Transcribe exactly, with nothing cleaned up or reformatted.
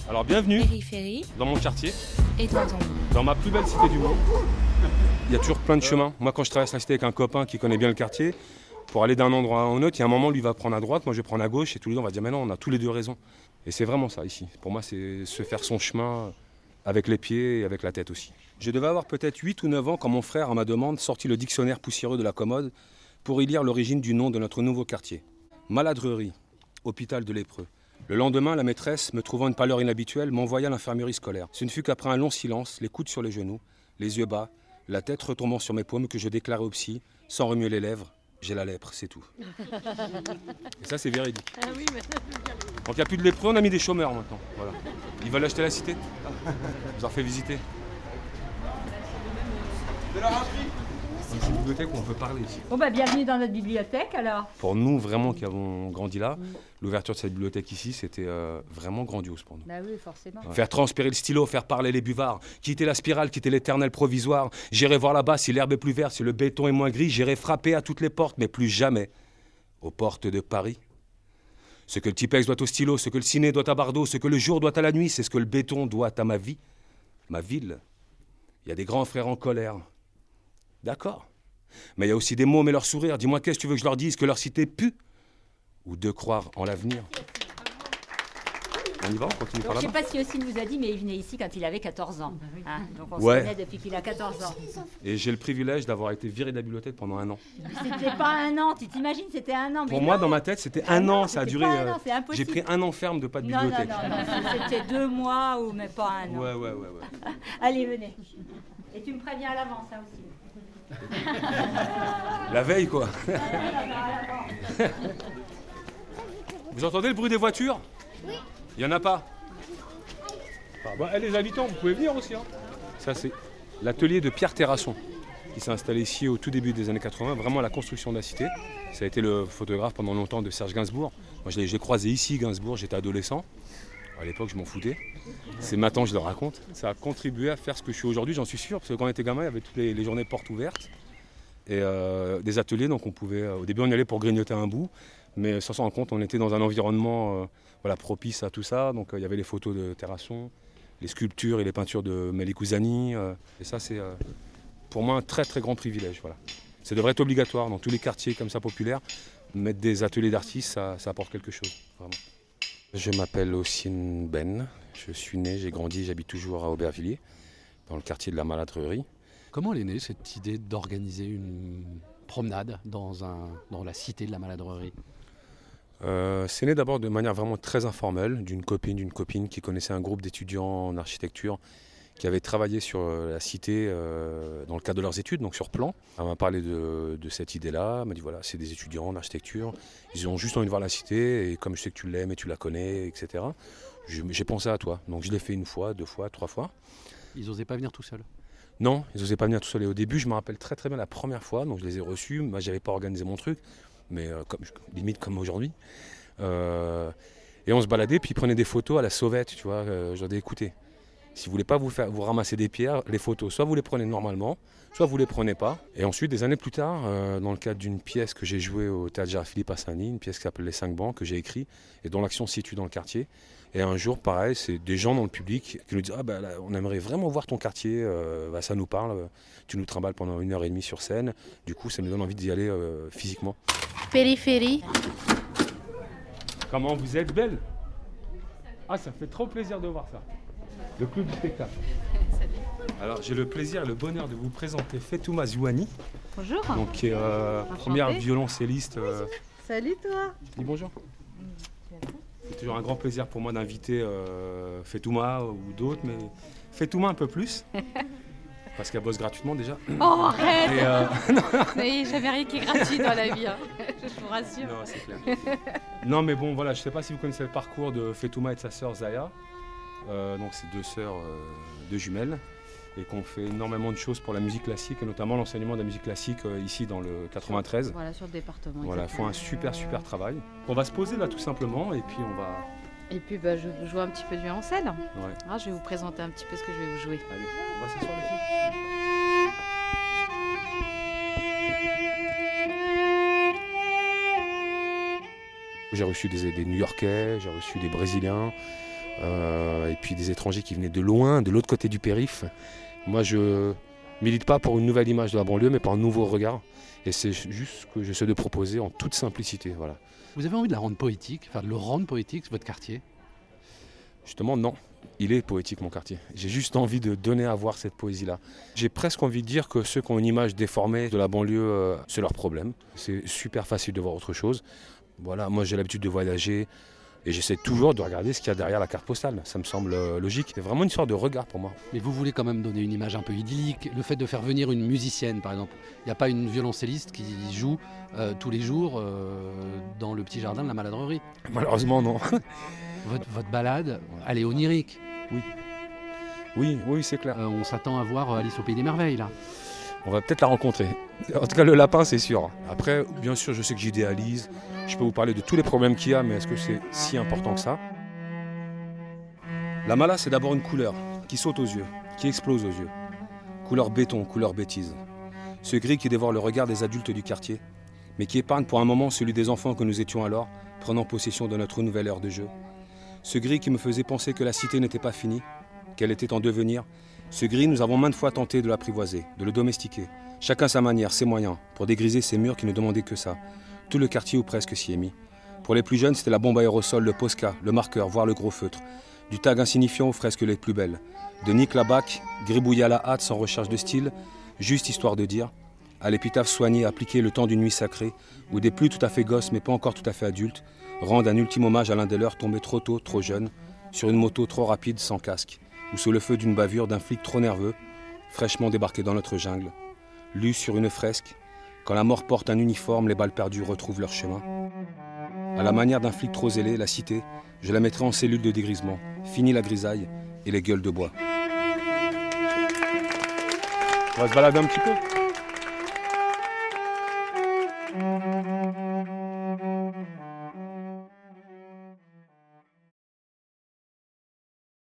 Alors bienvenue Périphérie dans mon quartier, et dans ton monde. dans ma plus belle cité du monde. Il y a toujours plein de chemins. Moi quand je traverse la cité avec un copain qui connaît bien le quartier, pour aller d'un endroit à un autre, il y a un moment lui va prendre à droite, moi je vais prendre à gauche et tous les deux on va dire mais non, on a tous les deux raison. Et c'est vraiment ça ici. Pour moi c'est se faire son chemin avec les pieds et avec la tête aussi. Je devais avoir peut-être huit ou neuf ans quand mon frère, à ma demande, sortit le dictionnaire poussiéreux de la commode pour y lire l'origine du nom de notre nouveau quartier. Maladrerie, hôpital de lépreux. Le lendemain, la maîtresse, me trouvant une pâleur inhabituelle, m'envoya à l'infirmerie scolaire. Ce ne fut qu'après un long silence, les coudes sur les genoux, les yeux bas, la tête retombant sur mes paumes, que je déclarai au psy, sans remuer les lèvres, j'ai la lèpre, c'est tout. Et ça, c'est véridique. Ah oui, mais... Donc il n'y a plus de lépreux, on a mis des chômeurs maintenant. Voilà. Ils veulent acheter la cité. Je vous en fais visiter. De la racherie. C'est une bibliothèque où on peut parler ici. Bon bah bienvenue dans notre bibliothèque alors. Pour nous, vraiment, qui avons grandi là, l'ouverture de cette bibliothèque ici, c'était euh, vraiment grandiose pour nous. Bah oui, forcément. Ouais. Faire transpirer le stylo, faire parler les buvards, quitter la spirale, quitter l'éternel provisoire. J'irai voir là-bas si l'herbe est plus verte, si le béton est moins gris. J'irai frapper à toutes les portes, mais plus jamais aux portes de Paris. Ce que le Tipex doit au stylo, ce que le ciné doit à Bardot, ce que le jour doit à la nuit, c'est ce que le béton doit à ma vie, ma ville. Il y a des grands frères en colère. D'accord. Mais il y a aussi des mômes et leurs sourires. Dis-moi, qu'est-ce que tu veux que je leur dise? Que leur cité pue? Ou de croire en l'avenir? On y va, on continue par Je là-bas. ne sais pas si Ossine vous a dit, mais il venait ici quand il avait quatorze ans. Hein, donc on Ouais. se connaît depuis qu'il a quatorze ans. Et j'ai le privilège d'avoir été viré de la bibliothèque pendant un an. C'était pas un an, tu t'imagines, c'était un an. Pour mais moi, non. dans ma tête, c'était Ah un non, an. Ça a c'était duré. pas un euh, an, c'est impossible. J'ai pris un an ferme de pas de Non, non, bibliothèque. non, non, c'était deux mois ou même pas un an. Ouais, ouais, ouais, ouais. Allez, venez. Et tu me préviens à l'avance, hein, aussi. La veille, quoi. Vous entendez le bruit des voitures? Oui. Il n'y en a pas? Ah, bah, eh, les habitants, vous pouvez venir aussi. Hein. Ça, c'est l'atelier de Pierre Terrasson, qui s'est installé ici au tout début des années quatre-vingts, vraiment à la construction de la cité. Ça a été le photographe pendant longtemps de Serge Gainsbourg. Moi, je l'ai, j'ai croisé ici, Gainsbourg, j'étais adolescent. À l'époque, je m'en foutais. C'est maintenant que je le raconte. Ça a contribué à faire ce que je suis aujourd'hui, j'en suis sûr, parce que quand on était gamin, il y avait toutes les, les journées portes ouvertes et euh, des ateliers, donc on pouvait. Euh, au début, on y allait pour grignoter un bout, mais sans s'en rendre compte, on était dans un environnement euh, voilà, propice à tout ça. Donc euh, il y avait les photos de Terrasson, les sculptures et les peintures de Melik Ouzani. Euh, et ça, c'est euh, pour moi un très très grand privilège. Voilà. Ça devrait être obligatoire dans tous les quartiers comme ça populaires. Mettre des ateliers d'artistes, ça, ça apporte quelque chose, vraiment. Je m'appelle Ossine Ben, je suis né, j'ai grandi, j'habite toujours à Aubervilliers, dans le quartier de la Maladrerie. Comment elle est née cette idée d'organiser une promenade dans, un, dans la cité de la Maladrerie? euh, C'est né d'abord de manière vraiment très informelle, d'une copine d'une copine qui connaissait un groupe d'étudiants en architecture qui avaient travaillé sur la cité euh, dans le cadre de leurs études, donc sur plan. Elle m'a parlé de, de cette idée-là, elle m'a dit voilà, c'est des étudiants en architecture, ils ont juste envie de voir la cité, et comme je sais que tu l'aimes et tu la connais, et cetera, je, j'ai pensé à toi. Donc je l'ai fait une fois, deux fois, trois fois. Ils n'osaient pas venir tout seuls? Non, ils n'osaient pas venir tout seuls. Et au début, je me rappelle très très bien la première fois, donc je les ai reçus, moi j'avais pas organisé mon truc, mais euh, comme, limite comme aujourd'hui. Euh, et on se baladait, puis ils prenaient des photos à la sauvette, tu vois, euh, j'en ai écouté. Si vous voulez pas vous faire vous ramasser des pierres, les photos, soit vous les prenez normalement, soit vous les prenez pas. Et ensuite, des années plus tard, euh, dans le cadre d'une pièce que j'ai jouée au Théâtre Gérard Philippe à Saint-Denis, une pièce qui s'appelle Les Cinq Bancs, que j'ai écrit et dont l'action se situe dans le quartier. Et un jour, pareil, c'est des gens dans le public qui nous disent ah ben là, on aimerait vraiment voir ton quartier, euh, bah, ça nous parle, tu nous trimbales pendant une heure et demie sur scène. Du coup, ça nous donne envie d'y aller euh, physiquement. Périphérie. Comment vous êtes belle? Ah, ça fait trop plaisir de voir ça. Le club du spectacle. Alors j'ai le plaisir et le bonheur de vous présenter Fetouma Zouani, Bonjour. donc qui est euh, première violoncelliste. Euh... Salut toi. Dis bonjour. C'est toujours un grand plaisir pour moi d'inviter euh, Fetouma ou d'autres, mais Fetouma un peu plus, parce qu'elle bosse gratuitement déjà. Oh arrête. Et, euh... Mais jamais rien qui est gratuit dans la vie, hein. Je vous rassure. Non, c'est clair. Non mais bon voilà, je sais pas si vous connaissez le parcours de Fetouma et de sa sœur Zaya. Euh, donc c'est deux sœurs, euh, deux jumelles, et qu'on fait énormément de choses pour la musique classique, et notamment l'enseignement de la musique classique euh, ici dans le quatre-vingt-treize. Voilà, sur le département. Voilà, font un super super travail. On va se poser là tout simplement, et puis on va... Et puis bah, je vais vous jouer un petit peu du violoncelle. Ouais. Ah, je vais vous présenter un petit peu ce que je vais vous jouer. Allez, on va s'asseoir les filles. J'ai reçu des, des New-Yorkais, j'ai reçu des Brésiliens, euh, et puis des étrangers qui venaient de loin, de l'autre côté du périph'. Moi, je milite pas pour une nouvelle image de la banlieue, mais pour un nouveau regard. Et c'est juste ce que j'essaie de proposer en toute simplicité. Voilà. Vous avez envie de la rendre poétique, enfin de le rendre poétique, votre quartier? Justement, non. Il est poétique, mon quartier. J'ai juste envie de donner à voir cette poésie-là. J'ai presque envie de dire que ceux qui ont une image déformée de la banlieue, euh, c'est leur problème. C'est super facile de voir autre chose. Voilà, moi j'ai l'habitude de voyager et j'essaie toujours de regarder ce qu'il y a derrière la carte postale. Ça me semble euh, logique. C'est vraiment une sorte de regard pour moi. Mais vous voulez quand même donner une image un peu idyllique. Le fait de faire venir une musicienne, par exemple. Il n'y a pas une violoncelliste qui joue euh, tous les jours euh, dans le petit jardin de la Maladrerie. Malheureusement, non. Votre, votre balade, elle est onirique. Oui, oui, oui, c'est clair. Euh, on s'attend à voir Alice au Pays des Merveilles, là. On va peut-être la rencontrer. En tout cas, le lapin, c'est sûr. Après, bien sûr, je sais que j'idéalise. Je peux vous parler de tous les problèmes qu'il y a, mais est-ce que c'est si important que ça? La mala, c'est d'abord une couleur qui saute aux yeux, qui explose aux yeux. Couleur béton, couleur bêtise. Ce gris qui dévore le regard des adultes du quartier, mais qui épargne pour un moment celui des enfants que nous étions alors, prenant possession de notre nouvelle heure de jeu. Ce gris qui me faisait penser que la cité n'était pas finie, qu'elle était en devenir. Ce gris, nous avons maintes fois tenté de l'apprivoiser, de le domestiquer. Chacun sa manière, ses moyens, pour dégriser ces murs qui ne demandaient que ça. Tout le quartier ou presque s'y est mis. Pour les plus jeunes, c'était la bombe à aérosol, le Posca, le marqueur, voire le gros feutre. Du tag insignifiant aux fresques les plus belles. De Nick Labac, gribouillé à la hâte sans recherche de style, juste histoire de dire, à l'épitaphe soignée appliquée le temps d'une nuit sacrée, où des plus tout à fait gosses mais pas encore tout à fait adultes, rendent un ultime hommage à l'un des leurs tombé trop tôt, trop jeune, sur une moto trop rapide, sans casque, ou sous le feu d'une bavure d'un flic trop nerveux, fraîchement débarqué dans notre jungle. Lu sur une fresque, quand la mort porte un uniforme, les balles perdues retrouvent leur chemin. À la manière d'un flic trop zélé, la cité, je la mettrai en cellule de dégrisement. Fini la grisaille et les gueules de bois. On va se balader un petit peu.